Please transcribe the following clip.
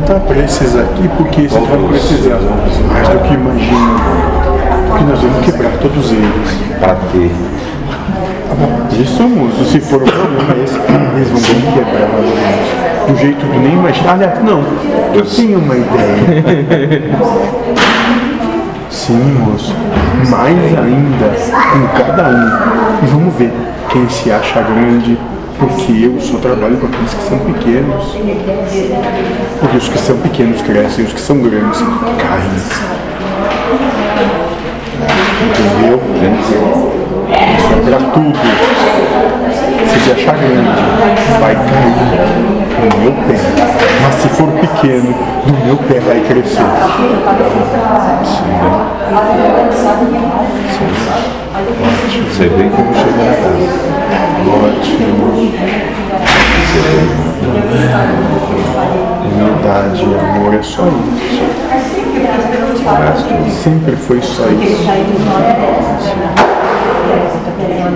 juntar para esses aqui, porque esses vão precisar mais do que imagina. Porque nós vamos quebrar todos eles. Para quê? Isso, moço, se for o problema esse, eles vão bem quebrar do jeito que nem imagina. Aliás, não, eu tenho uma ideia. Sim, moço, mais ainda com cada um. E vamos ver quem se acha grande, porque eu só trabalho com aqueles que são pequenos. Porque os que são pequenos crescem, os que são grandes caem. Entendeu? Isso é pra tudo. Se você achar grande, vai cair no meu pé. Mas se for pequeno, no meu pé vai crescer. Sim, né? Sim. Ótimo. Sei bem como chegar na casa. Ótimo. Humildade e amor é só isso. Sempre foi só isso.